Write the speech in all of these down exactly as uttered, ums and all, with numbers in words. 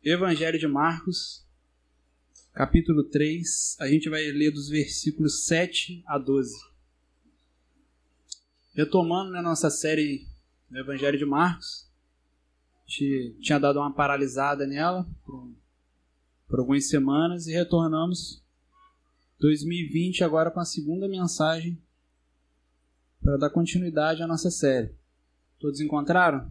Evangelho de Marcos, capítulo três, a gente vai ler dos versículos sete a doze. Retomando na nossa série do Evangelho de Marcos, a gente tinha dado uma paralisada nela por, por algumas semanas e retornamos dois mil e vinte agora com a segunda mensagem para dar continuidade à nossa série. Todos encontraram?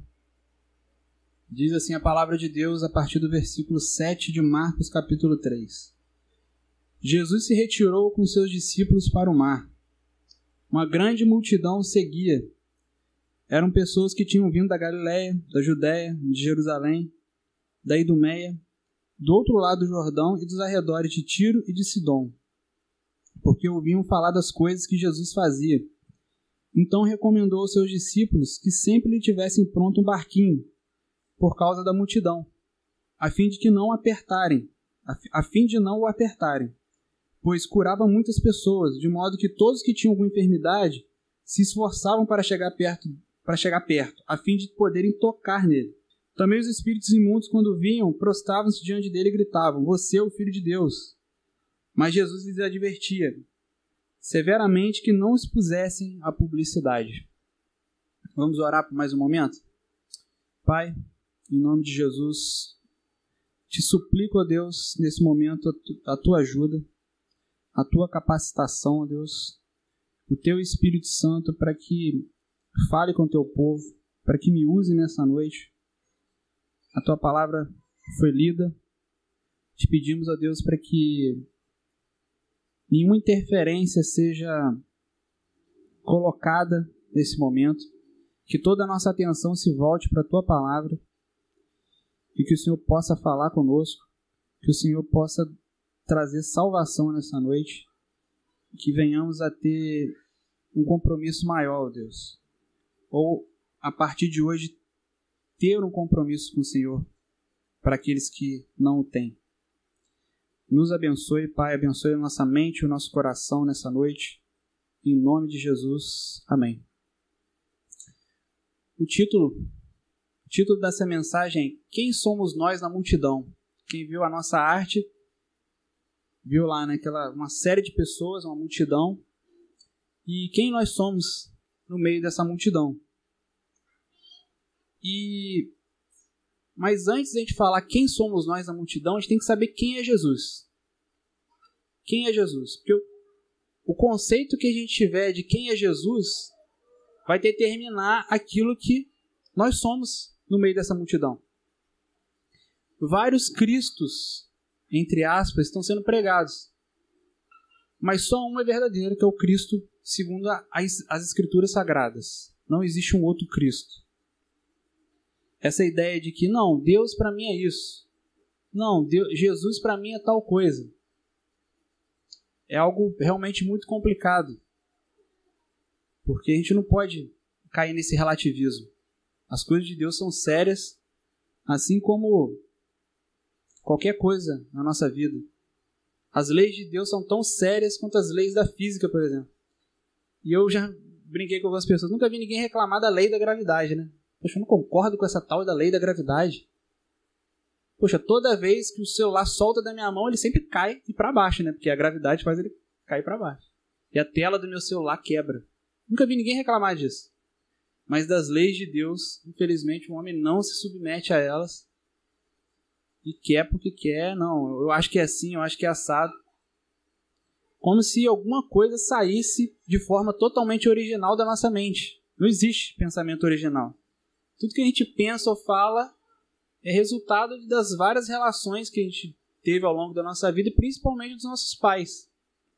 Diz assim a palavra de Deus a partir do versículo sete de Marcos capítulo três. Jesus se retirou com seus discípulos para o mar. Uma grande multidão o seguia. Eram pessoas que tinham vindo da Galiléia, da Judéia, de Jerusalém, da Idumeia, do outro lado do Jordão e dos arredores de Tiro e de Sidom, porque ouviam falar das coisas que Jesus fazia. Então recomendou aos seus discípulos que sempre lhe tivessem pronto um barquinho, por causa da multidão, a fim de que não apertarem, a fim de não o apertarem, pois curava muitas pessoas, de modo que todos que tinham alguma enfermidade se esforçavam para chegar perto, para chegar perto, a fim de poderem tocar nele. Também os espíritos imundos, quando vinham, prostravam-se diante dele e gritavam: "Você é o Filho de Deus." Mas Jesus lhes advertia severamente que não expusessem a publicidade. Vamos orar por mais um momento? Pai, em nome de Jesus, te suplico, ó Deus, nesse momento, a, tu, a tua ajuda, a tua capacitação, ó Deus, o teu Espírito Santo para que fale com o teu povo, para que me use nessa noite. A tua palavra foi lida. Te pedimos, ó Deus, para que nenhuma interferência seja colocada nesse momento, que toda a nossa atenção se volte para a tua palavra e que o Senhor possa falar conosco, que o Senhor possa trazer salvação nessa noite, que venhamos a ter um compromisso maior, Deus, ou a partir de hoje ter um compromisso com o Senhor para aqueles que não o têm. Nos abençoe, Pai, abençoe a nossa mente e o nosso coração nessa noite, em nome de Jesus, amém. O título O título dessa mensagem é Quem somos nós na multidão? Quem viu a nossa arte, viu lá, né, aquela, uma série de pessoas, uma multidão, e quem nós somos no meio dessa multidão. E, mas antes de a gente falar quem somos nós na multidão, a gente tem que saber quem é Jesus. Quem é Jesus? Porque o, o conceito que a gente tiver de quem é Jesus vai determinar aquilo que nós somos no meio dessa multidão. Vários Cristos, entre aspas, estão sendo pregados. Mas só um é verdadeiro, que é o Cristo segundo as, as Escrituras Sagradas. Não existe um outro Cristo. Essa ideia de que, não, Deus para mim é isso. Não, Deus, Jesus para mim é tal coisa. É algo realmente muito complicado. Porque a gente não pode cair nesse relativismo. As coisas de Deus são sérias, assim como qualquer coisa na nossa vida. As leis de Deus são tão sérias quanto as leis da física, por exemplo. E eu já brinquei com algumas pessoas, nunca vi ninguém reclamar da lei da gravidade, né? Poxa, eu não concordo com essa tal da lei da gravidade. Poxa, toda vez que o celular solta da minha mão, ele sempre cai e para baixo, né? Porque a gravidade faz ele cair para baixo. E a tela do meu celular quebra. Nunca vi ninguém reclamar disso. Mas das leis de Deus, infelizmente, o homem não se submete a elas. E quer porque quer, não, eu acho que é assim, eu acho que é assado. Como se alguma coisa saísse de forma totalmente original da nossa mente. Não existe pensamento original. Tudo que a gente pensa ou fala é resultado das várias relações que a gente teve ao longo da nossa vida, e principalmente dos nossos pais.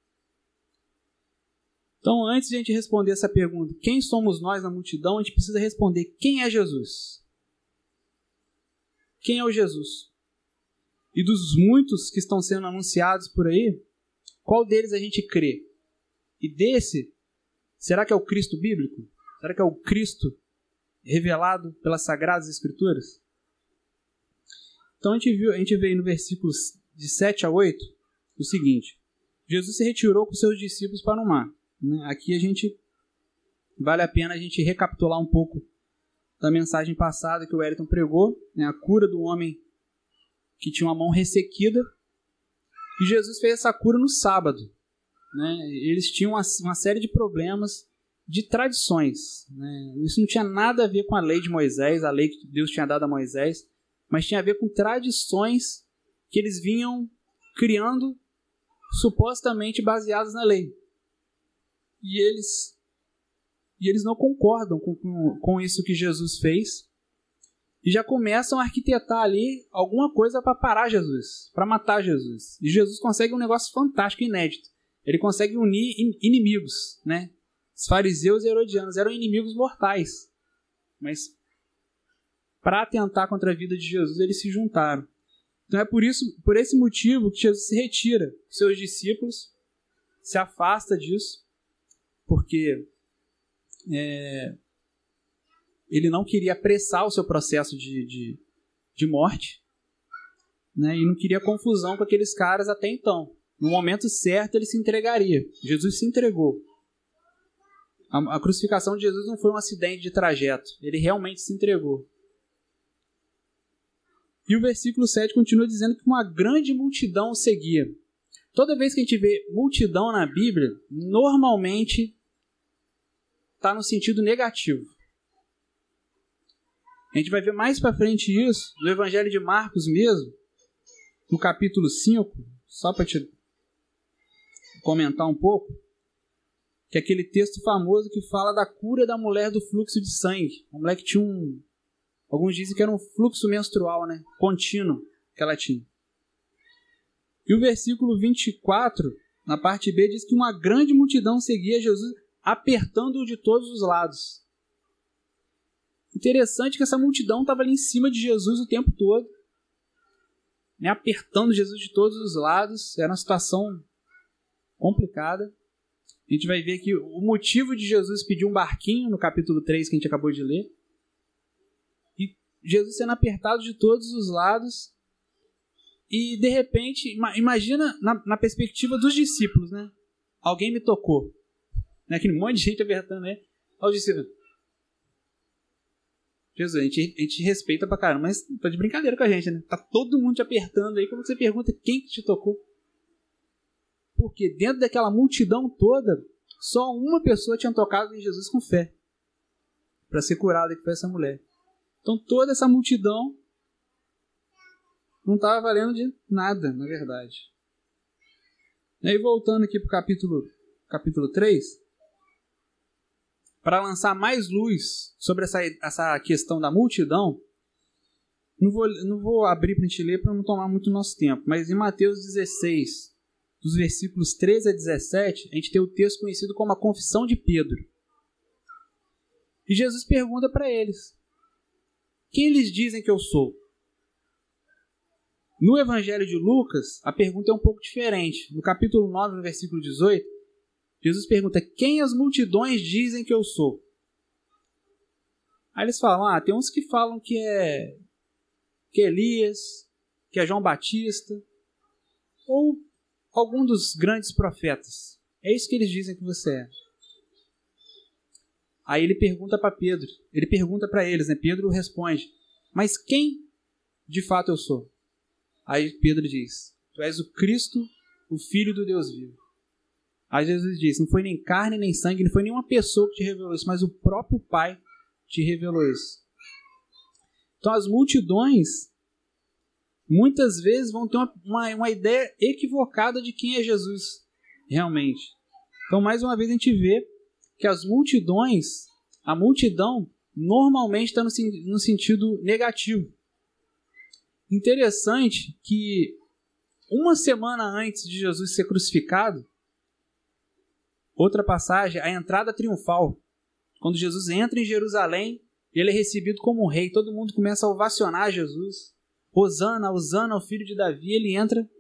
Então, antes de a gente responder essa pergunta, quem somos nós na multidão, a gente precisa responder quem é Jesus. Quem é o Jesus? E dos muitos que estão sendo anunciados por aí, qual deles a gente crê? E desse, será que é o Cristo bíblico? Será que é o Cristo revelado pelas Sagradas Escrituras? Então, a gente, viu, a gente vê no versículos de sete a oito o seguinte: Jesus se retirou com seus discípulos para o mar. Aqui a gente vale a pena a gente recapitular um pouco da mensagem passada que o Wellington pregou, né, a cura do homem que tinha uma mão ressequida, e Jesus fez essa cura no sábado. Né? Eles tinham uma, uma série de problemas de tradições. Né? Isso não tinha nada a ver com a lei de Moisés, a lei que Deus tinha dado a Moisés, mas tinha a ver com tradições que eles vinham criando supostamente baseadas na lei. E eles, e eles não concordam com, com, com isso que Jesus fez e já começam a arquitetar ali alguma coisa para parar Jesus, para matar Jesus. E Jesus consegue um negócio fantástico, inédito. Ele consegue unir inimigos, né? Os fariseus e herodianos eram inimigos mortais, mas para atentar contra a vida de Jesus, eles se juntaram. Então é por isso, por esse motivo que Jesus se retira. Seus discípulos se afasta disso, porque é, ele não queria apressar o seu processo de, de, de morte, né? E não queria confusão com aqueles caras até então. No momento certo ele se entregaria. Jesus se entregou. A, a crucificação de Jesus não foi um acidente de trajeto. Ele realmente se entregou. E o versículo sete continua dizendo que uma grande multidão o seguia. Toda vez que a gente vê multidão na Bíblia, normalmente está no sentido negativo. A gente vai ver mais para frente isso no Evangelho de Marcos mesmo, no capítulo cinco, só para te comentar um pouco, que é aquele texto famoso que fala da cura da mulher do fluxo de sangue. A mulher que tinha um... Alguns dizem que era um fluxo menstrual, né? Contínuo que ela tinha. E o versículo vinte e quatro, na parte B, diz que uma grande multidão seguia Jesus, apertando-o de todos os lados. Interessante que essa multidão estava ali em cima de Jesus o tempo todo, né? Apertando Jesus de todos os lados. Era uma situação complicada. A gente vai ver aqui o motivo de Jesus pedir um barquinho, no capítulo três, que a gente acabou de ler. Jesus sendo apertado de todos os lados e, de repente, imagina na, na perspectiva dos discípulos, né? Alguém me tocou. Né? Aquele monte de gente apertando, né? Olha os discípulos. Jesus, a gente, a gente respeita pra caramba, mas tá de brincadeira com a gente, né? Tá todo mundo te apertando aí, como você pergunta quem que te tocou? Porque dentro daquela multidão toda, só uma pessoa tinha tocado em Jesus com fé para ser curada, que foi essa mulher. Então toda essa multidão não estava valendo de nada, na verdade. E aí, voltando aqui para o capítulo, capítulo três, para lançar mais luz sobre essa, essa questão da multidão, não vou, não vou abrir para a gente ler para não tomar muito nosso tempo, mas em Mateus dezesseis, dos versículos treze a dezessete, a gente tem o texto conhecido como a confissão de Pedro. E Jesus pergunta para eles: quem eles dizem que eu sou? No Evangelho de Lucas, a pergunta é um pouco diferente. No capítulo nove, no versículo dezoito, Jesus pergunta: quem as multidões dizem que eu sou? Aí eles falam: ah, tem uns que falam que é, que é Elias, que é João Batista, ou algum dos grandes profetas. É isso que eles dizem que você é. Aí ele pergunta para Pedro, ele pergunta para eles, né? Pedro responde: mas quem de fato eu sou? Aí Pedro diz: tu és o Cristo, o Filho do Deus vivo. Aí Jesus diz: não foi nem carne nem sangue, não foi nenhuma pessoa que te revelou isso, mas o próprio Pai te revelou isso. Então as multidões muitas vezes vão ter uma, uma, uma ideia equivocada de quem é Jesus realmente. Então mais uma vez a gente vê que as multidões, a multidão normalmente está no, no sentido negativo. Interessante que uma semana antes de Jesus ser crucificado, outra passagem, a entrada triunfal, quando Jesus entra em Jerusalém, ele é recebido como um rei, todo mundo começa a ovacionar Jesus. Hosana, Hosana, o filho de Davi, ele entra.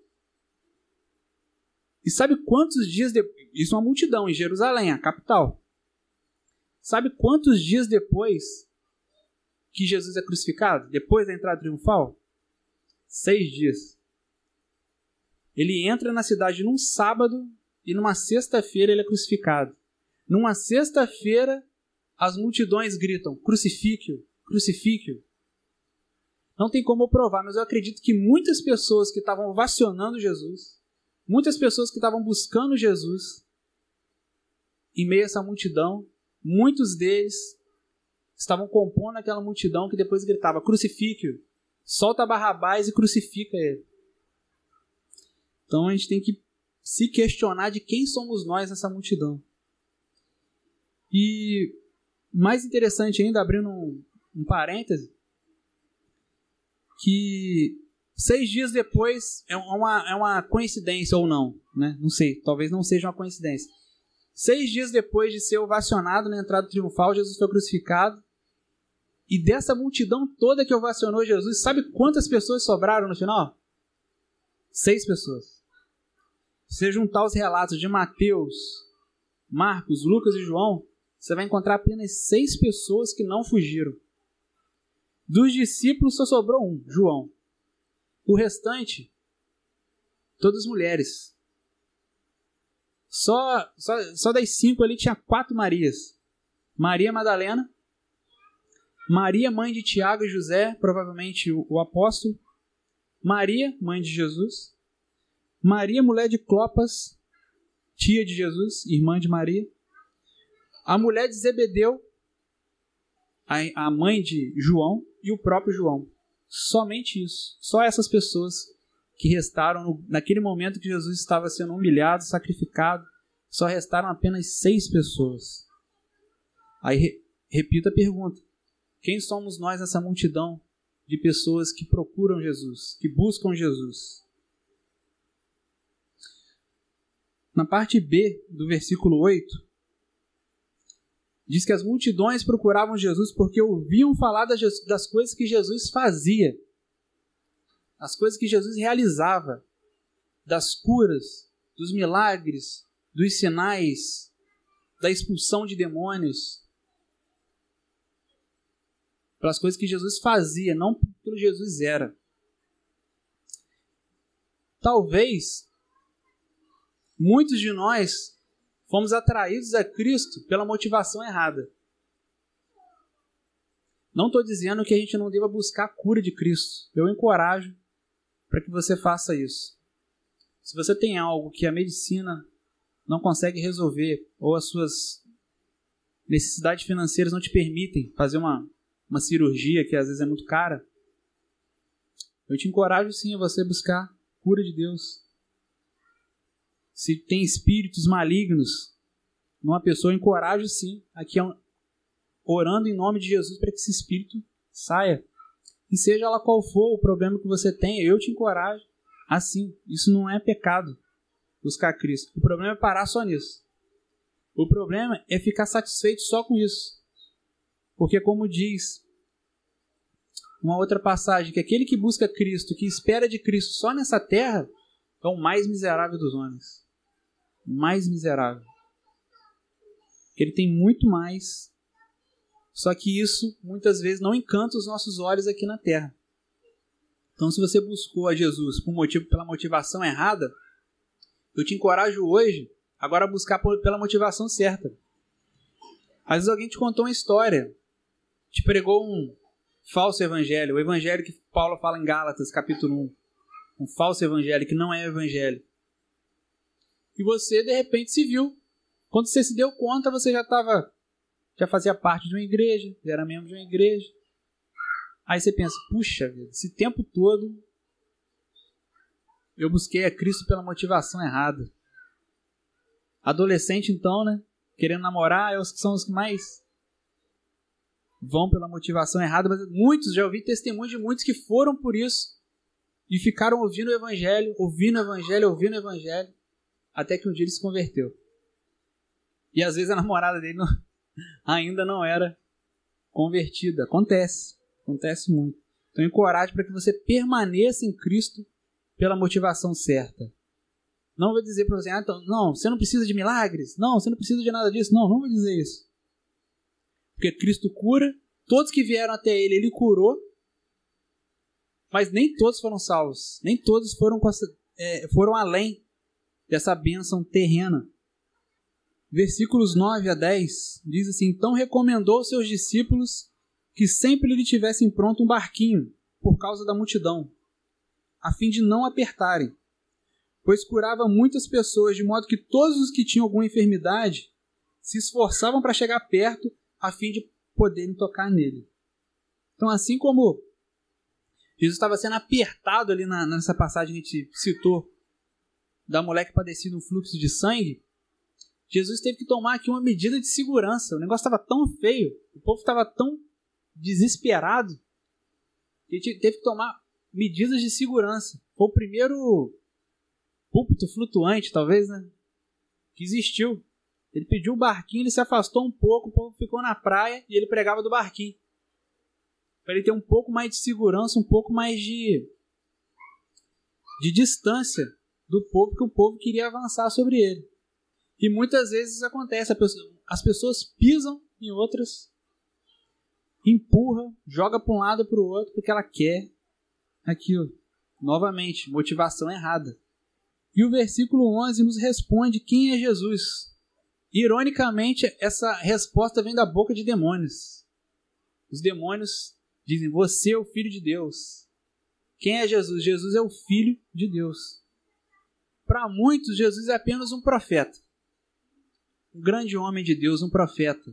E sabe quantos dias depois, isso é uma multidão em Jerusalém, a capital. Sabe quantos dias depois que Jesus é crucificado? Depois da entrada triunfal? Seis dias. Ele entra na cidade num sábado e numa sexta-feira ele é crucificado. Numa sexta-feira as multidões gritam: crucifique-o, crucifique-o. Não tem como eu provar, mas eu acredito que muitas pessoas que estavam ovacionando Jesus, muitas pessoas que estavam buscando Jesus, em meio a essa multidão, muitos deles estavam compondo aquela multidão que depois gritava: crucifique-o, solta Barrabás e crucifica ele. Então a gente tem que se questionar de quem somos nós nessa multidão. E mais interessante ainda, abrindo um, um parêntese, que seis dias depois, é uma, é uma coincidência ou não, né? Não sei, talvez não seja uma coincidência. Seis dias depois de ser ovacionado na entrada triunfal, Jesus foi crucificado. E dessa multidão toda que ovacionou Jesus, sabe quantas pessoas sobraram no final? Seis pessoas. Se você juntar os relatos de Mateus, Marcos, Lucas e João, você vai encontrar apenas seis pessoas que não fugiram. Dos discípulos só sobrou um, João. O restante, todas mulheres. Só, só, só das cinco ali tinha quatro Marias. Maria Madalena, Maria, mãe de Tiago e José, provavelmente o, o apóstolo. Maria, mãe de Jesus. Maria, mulher de Clopas, tia de Jesus, irmã de Maria. A mulher de Zebedeu, a, a mãe de João, e o próprio João. Somente isso. Só essas pessoas que restaram no, naquele momento que Jesus estava sendo humilhado, sacrificado. Só restaram apenas seis pessoas. Aí re, repito a pergunta: quem somos nós nessa multidão de pessoas que procuram Jesus, que buscam Jesus? Na parte B do versículo oito, diz que as multidões procuravam Jesus porque ouviam falar das coisas que Jesus fazia, as coisas que Jesus realizava, das curas, dos milagres, dos sinais, da expulsão de demônios, pelas coisas que Jesus fazia, não pelo que Jesus era. Talvez muitos de nós fomos atraídos a Cristo pela motivação errada. Não estou dizendo que a gente não deva buscar a cura de Cristo. Eu encorajo para que você faça isso. Se você tem algo que a medicina não consegue resolver, ou as suas necessidades financeiras não te permitem fazer uma, uma cirurgia que às vezes é muito cara, eu te encorajo sim a você buscar a cura de Deus. Se tem espíritos malignos numa pessoa, eu encorajo sim, aqui orando em nome de Jesus para que esse espírito saia. E seja lá qual for o problema que você tem, eu te encorajo assim. Isso não é pecado, buscar Cristo. O problema é parar só nisso. O problema é ficar satisfeito só com isso. Porque como diz uma outra passagem, que aquele que busca Cristo, que espera de Cristo só nessa terra, é o mais miserável dos homens. Mais miserável. Ele tem muito mais, só que isso muitas vezes não encanta os nossos olhos aqui na terra. Então, se você buscou a Jesus por motivo, pela motivação errada, eu te encorajo hoje agora a buscar por, pela motivação certa. Às vezes alguém te contou uma história, te pregou um falso evangelho, o evangelho que Paulo fala em Gálatas, capítulo um. Um falso evangelho que não é evangelho. E você, de repente, se viu. Quando você se deu conta, você já estava, já fazia parte de uma igreja, já era membro de uma igreja. Aí você pensa, puxa vida, esse tempo todo eu busquei a Cristo pela motivação errada. Adolescente, então, né? Querendo namorar, é os que são os que mais vão pela motivação errada. Mas muitos, já ouvi testemunhos de muitos que foram por isso e ficaram ouvindo o evangelho, ouvindo o evangelho, ouvindo o evangelho, até que um dia ele se converteu. E às vezes a namorada dele não, ainda não era convertida. Acontece. Acontece muito. Então eu encorajo para que você permaneça em Cristo pela motivação certa. Não vou dizer para você, ah, então, não, você não precisa de milagres. Não, você não precisa de nada disso. Não, não vou dizer isso. Porque Cristo cura. Todos que vieram até Ele, Ele curou. Mas nem todos foram salvos. Nem todos foram, é, foram além dessa bênção terrena. Versículos nove a dez diz assim: então recomendou aos seus discípulos que sempre lhe tivessem pronto um barquinho por causa da multidão, a fim de não apertarem, pois curava muitas pessoas, de modo que todos os que tinham alguma enfermidade se esforçavam para chegar perto, a fim de poderem tocar nele. Então, assim como Jesus estava sendo apertado ali na, nessa passagem que a gente citou, da mulher que padecia um fluxo de sangue, Jesus teve que tomar aqui uma medida de segurança. O negócio estava tão feio, o povo estava tão desesperado, que ele teve que tomar medidas de segurança. Foi o primeiro púlpito flutuante, talvez, né, que existiu. Ele pediu o barquinho, ele se afastou um pouco, o povo ficou na praia e ele pregava do barquinho. Para ele ter um pouco mais de segurança, um pouco mais de, de distância do povo, que o povo queria avançar sobre ele. E muitas vezes isso acontece, as pessoas pisam em outras, empurra, joga para um lado para o outro, porque ela quer aquilo. Novamente, motivação errada. E o versículo onze nos responde quem é Jesus. Ironicamente, essa resposta vem da boca de demônios. Os demônios dizem, você é o Filho de Deus. Quem é Jesus? Jesus é o Filho de Deus. Para muitos, Jesus é apenas um profeta. Um grande homem de Deus, um profeta.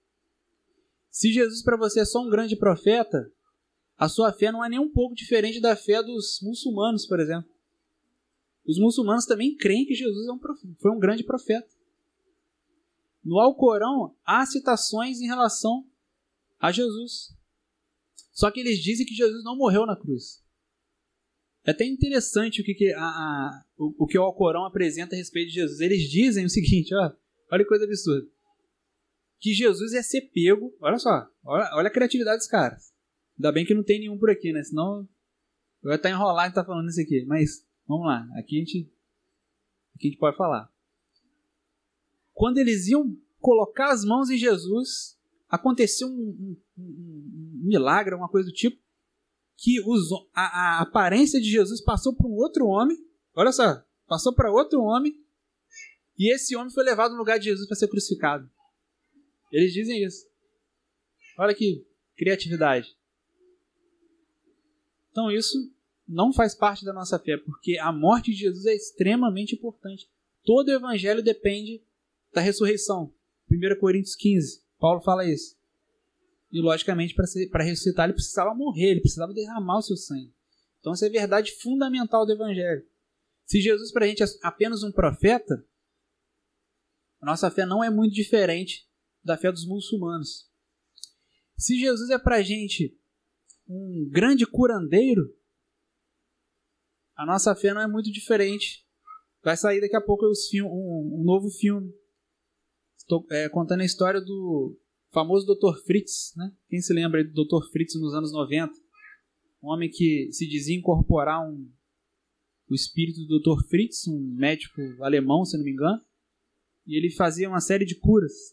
Se Jesus para você é só um grande profeta, a sua fé não é nem um pouco diferente da fé dos muçulmanos, por exemplo. Os muçulmanos também creem que Jesus é um profeta, foi um grande profeta. No Alcorão, há citações em relação a Jesus. Só que eles dizem que Jesus não morreu na cruz. É até interessante o que, que, a, a, o, o, que o Alcorão apresenta a respeito de Jesus. Eles dizem o seguinte, ó, olha que coisa absurda. Que Jesus ia ser pego, olha só, olha, olha a criatividade dos caras. Ainda bem que não tem nenhum por aqui, né? Senão eu ia estar enrolado e estar falando isso aqui. Mas, vamos lá, aqui a gente, aqui a gente pode falar. Quando eles iam colocar as mãos em Jesus, aconteceu um, um, um, um milagre, uma coisa do tipo, que os, a, a aparência de Jesus passou para um outro homem, olha só, passou para outro homem, e esse homem foi levado no lugar de Jesus para ser crucificado. Eles dizem isso. Olha que criatividade. Então isso não faz parte da nossa fé, porque a morte de Jesus é extremamente importante. Todo o evangelho depende da ressurreição. primeira Coríntios quinze, Paulo fala isso. E logicamente para ressuscitar ele precisava morrer, ele precisava derramar o seu sangue. Então essa é a verdade fundamental do evangelho. Se Jesus para a gente é apenas um profeta, a nossa fé não é muito diferente da fé dos muçulmanos. Se Jesus é para a gente um grande curandeiro, a nossa fé não é muito diferente. Vai sair daqui a pouco os film, um, um novo filme. Estou é, contando a história do famoso doutor Fritz, né? Quem se lembra do doutor Fritz nos anos noventa? Um homem que se dizia incorporar um, o espírito do doutor Fritz, um médico alemão, se não me engano, e ele fazia uma série de curas.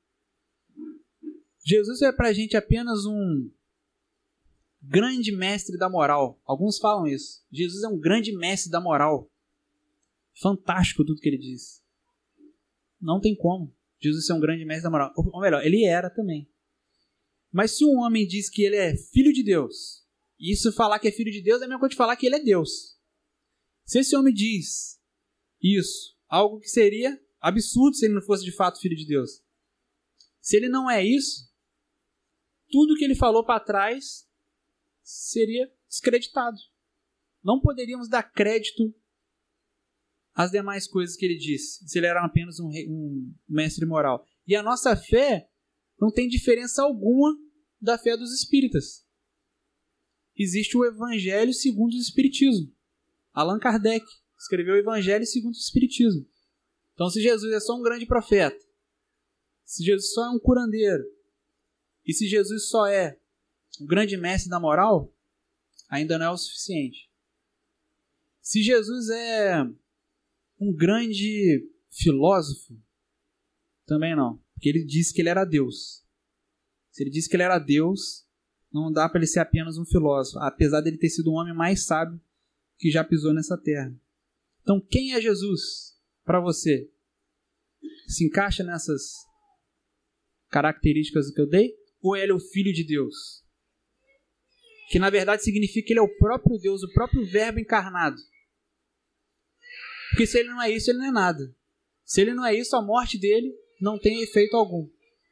Jesus é para a gente apenas um grande mestre da moral. Alguns falam isso. Jesus é um grande mestre da moral. Fantástico tudo que ele diz. Não tem como Jesus ser um grande mestre da moral. Ou melhor, ele era também. Mas se um homem diz que ele é filho de Deus, e isso falar que é filho de Deus é a mesma coisa de falar que ele é Deus. Se esse homem diz isso, algo que seria absurdo se ele não fosse de fato filho de Deus. Se ele não é isso, tudo que ele falou para trás seria descreditado. Não poderíamos dar crédito às demais coisas que ele disse, se ele era apenas um, rei, um mestre moral. E a nossa fé não tem diferença alguma da fé dos espíritas. Existe o Evangelho segundo o Espiritismo. Allan Kardec escreveu o Evangelho segundo o Espiritismo. Então, se Jesus é só um grande profeta, se Jesus só é um curandeiro, e se Jesus só é um grande mestre da moral, ainda não é o suficiente. Se Jesus é um grande filósofo, também não, porque ele disse que ele era Deus. Se ele disse que ele era Deus, não dá para ele ser apenas um filósofo, apesar dele ter sido o homem mais sábio que já pisou nessa terra. Então, quem é Jesus para você? Se encaixa nessas características que eu dei? Ou ele é o Filho de Deus? que na verdade significa que ele é o próprio Deus, o próprio Verbo encarnado. Porque se ele não é isso, ele não é nada. Se ele não é isso, a morte dele não tem efeito algum.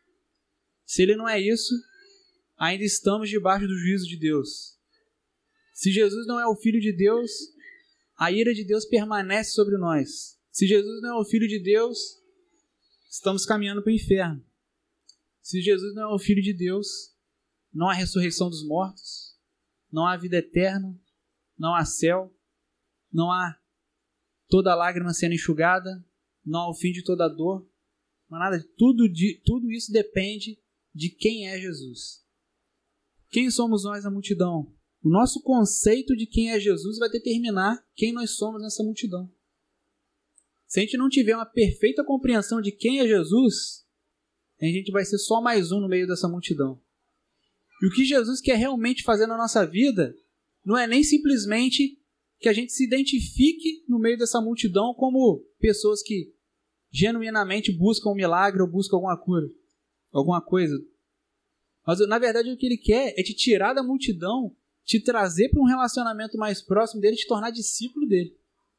Se ele não é isso, ainda estamos debaixo do juízo de Deus. Se Jesus não é o Filho de Deus, a ira de Deus permanece sobre nós. Se Jesus não é o Filho de Deus, estamos caminhando para o inferno. Se Jesus não é o Filho de Deus, não há ressurreição dos mortos, não há vida eterna, não há céu, não há toda lágrima sendo enxugada, não há o fim de toda dor, não há nada. Tudo, de, tudo isso depende de quem é Jesus. Quem somos nós na multidão? O nosso conceito de quem é Jesus vai determinar quem nós somos nessa multidão. Se a gente não tiver uma perfeita compreensão de quem é Jesus, a gente vai ser só mais um no meio dessa multidão. E o que Jesus quer realmente fazer na nossa vida não é nem simplesmente que a gente se identifique no meio dessa multidão como pessoas que genuinamente buscam um milagre ou buscam alguma cura, alguma coisa. Mas, na verdade, o que ele quer é te tirar da multidão, te trazer para um relacionamento mais próximo dele, te tornar discípulo dele.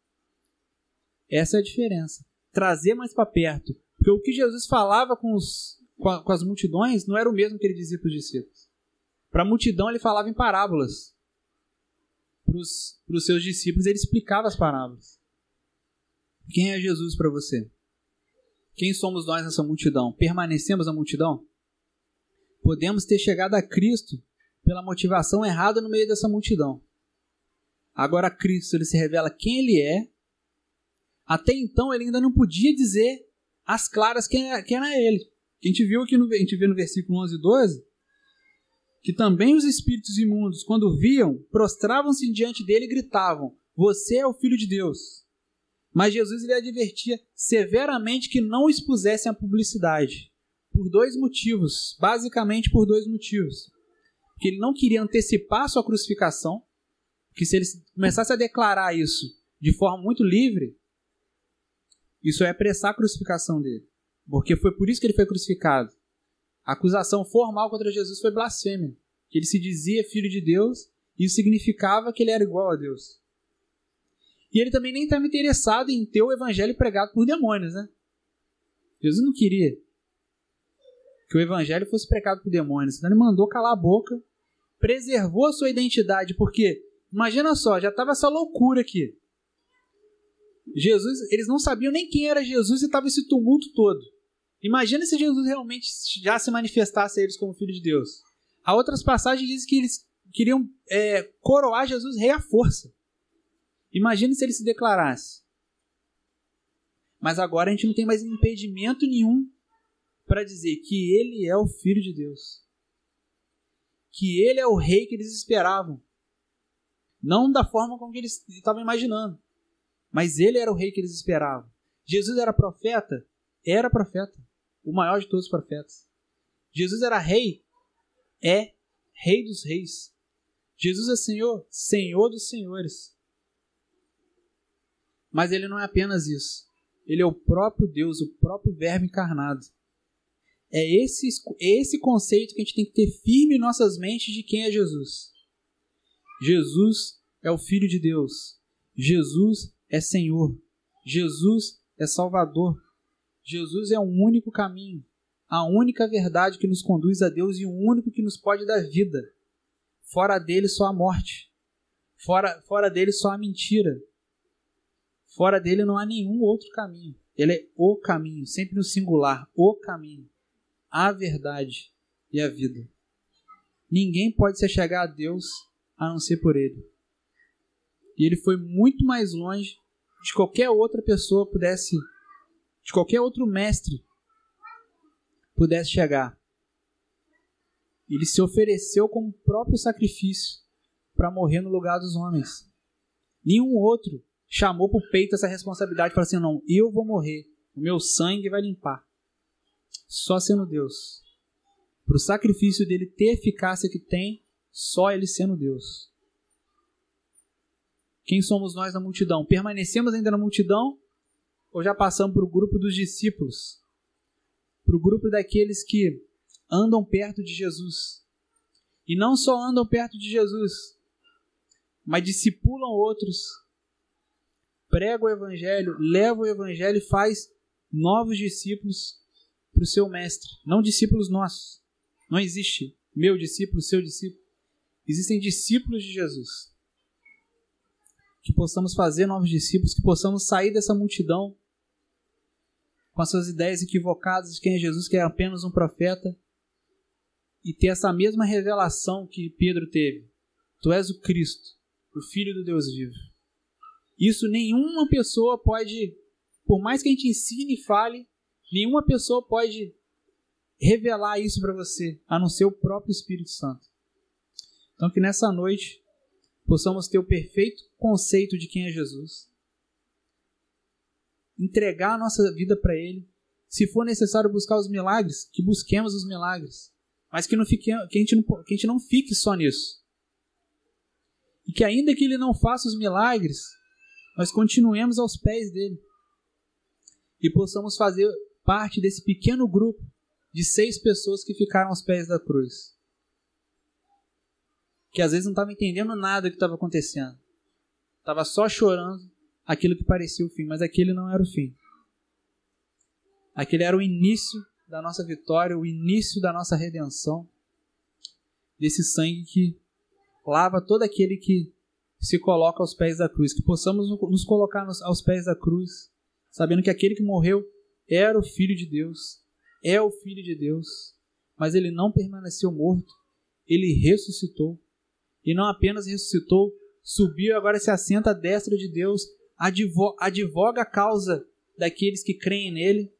Essa é a diferença. Trazer mais para perto. Porque o que Jesus falava com, os, com, a, com as multidões não era o mesmo que ele dizia para os discípulos. Para a multidão ele falava em parábolas. Para os seus discípulos ele explicava as parábolas. Quem é Jesus para você? Quem somos nós nessa multidão? Permanecemos na multidão? Podemos ter chegado a Cristo pela motivação errada no meio dessa multidão. Agora Cristo ele se revela quem ele é. Até então ele ainda não podia dizer às claras quem era, quem era ele. A gente viu aqui no, a gente vê no versículo onze e doze que também os espíritos imundos, quando viam, prostravam-se diante dele e gritavam: você é o Filho de Deus. Mas Jesus lhe advertia severamente que não o expusessem à publicidade. Por dois motivos, basicamente por dois motivos. Que ele não queria antecipar a sua crucificação, que se ele começasse a declarar isso de forma muito livre, isso é apressar a crucificação dele. Porque foi por isso que ele foi crucificado. A acusação formal contra Jesus foi blasfêmia. Que ele se dizia filho de Deus, e isso significava que ele era igual a Deus. E ele também nem estava interessado em ter o evangelho pregado por demônios, né? Jesus não queria que o evangelho fosse pregado por demônios. Então ele mandou calar a boca, preservou a sua identidade, porque, imagina só, já estava essa loucura aqui. Jesus, eles não sabiam nem quem era Jesus e estava esse tumulto todo. Imagina se Jesus realmente já se manifestasse a eles como Filho de Deus. Há outras passagens que dizem que eles queriam é, coroar Jesus rei à força. Imagina se ele se declarasse. Mas agora a gente não tem mais impedimento nenhum para dizer que ele é o Filho de Deus. Que ele é o rei que eles esperavam. Não da forma como eles estavam imaginando. Mas ele era o rei que eles esperavam. Jesus era profeta? Era profeta. O maior de todos os profetas. Jesus era rei? É rei dos reis. Jesus é Senhor? Senhor dos senhores. Mas ele não é apenas isso. Ele é o próprio Deus, o próprio Verbo encarnado. É esse, esse conceito que a gente tem que ter firme em nossas mentes de quem é Jesus. Jesus é o Filho de Deus. Jesus é Senhor. Jesus é Salvador. Jesus é o único caminho, a única verdade que nos conduz a Deus e o único que nos pode dar vida. Fora dele só a morte. Fora, fora dele só a mentira. Fora dele não há nenhum outro caminho. Ele é o caminho, sempre no singular, o caminho, a verdade e a vida. Ninguém pode se chegar a Deus a não ser por ele. E ele foi muito mais longe de qualquer outra pessoa pudesse, de qualquer outro mestre pudesse chegar. Ele se ofereceu como próprio sacrifício para morrer no lugar dos homens. Nenhum outro chamou para o peito essa responsabilidade e falou assim: não, eu vou morrer, o meu sangue vai limpar. Só sendo Deus. Para o sacrifício dele ter a eficácia que tem, só ele sendo Deus. Quem somos nós na multidão? Permanecemos ainda na multidão ou já passamos para o grupo dos discípulos? Para o grupo daqueles que andam perto de Jesus. E não só andam perto de Jesus, mas discipulam outros, pregam o evangelho, levam o evangelho e faz novos discípulos para o seu mestre. Não discípulos nossos. Não existe meu discípulo, seu discípulo. Existem discípulos de Jesus. Que possamos fazer novos discípulos, que possamos sair dessa multidão com as suas ideias equivocadas de quem é Jesus, que é apenas um profeta, e ter essa mesma revelação que Pedro teve. Tu és o Cristo, o Filho do Deus vivo. Isso nenhuma pessoa pode, por mais que a gente ensine e fale, nenhuma pessoa pode revelar isso para você, a não ser o próprio Espírito Santo. Então que nessa noite possamos ter o perfeito conceito de quem é Jesus, entregar a nossa vida para Ele. Se for necessário buscar os milagres, que busquemos os milagres, mas que, não fique, que, a gente não, que a gente não fique só nisso. E que ainda que Ele não faça os milagres, nós continuemos aos pés dEle e possamos fazer parte desse pequeno grupo de seis pessoas que ficaram aos pés da cruz, que às vezes não estavam entendendo nada do que estava acontecendo, estava só chorando aquilo que parecia o fim, mas aquele não era o fim. Aquele era o início da nossa vitória, o início da nossa redenção, desse sangue que lava todo aquele que se coloca aos pés da cruz. Que possamos nos colocar aos pés da cruz, sabendo que aquele que morreu era o Filho de Deus, é o Filho de Deus, mas ele não permaneceu morto, ele ressuscitou. E não apenas ressuscitou, subiu e agora se assenta à destra de Deus, advoga a causa daqueles que creem nele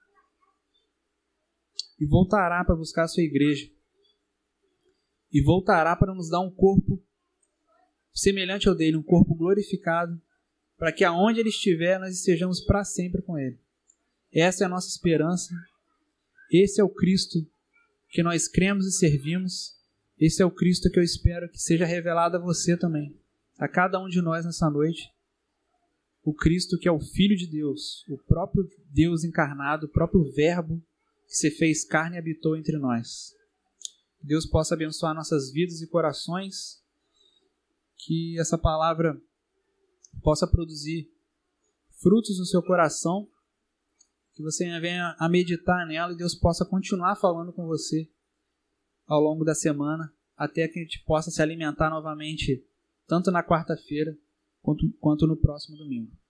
e voltará para buscar a sua igreja. E voltará para nos dar um corpo semelhante ao dele, um corpo glorificado, para que aonde ele estiver nós estejamos para sempre com ele. Essa é a nossa esperança. Esse é o Cristo que nós cremos e servimos. Esse é o Cristo que eu espero que seja revelado a você também, a cada um de nós nessa noite. O Cristo que é o Filho de Deus, o próprio Deus encarnado, o próprio Verbo que se fez carne e habitou entre nós. Que Deus possa abençoar nossas vidas e corações, que essa palavra possa produzir frutos no seu coração, que você venha a meditar nela e Deus possa continuar falando com você ao longo da semana, até que a gente possa se alimentar novamente, tanto na quarta-feira quanto, quanto no próximo domingo.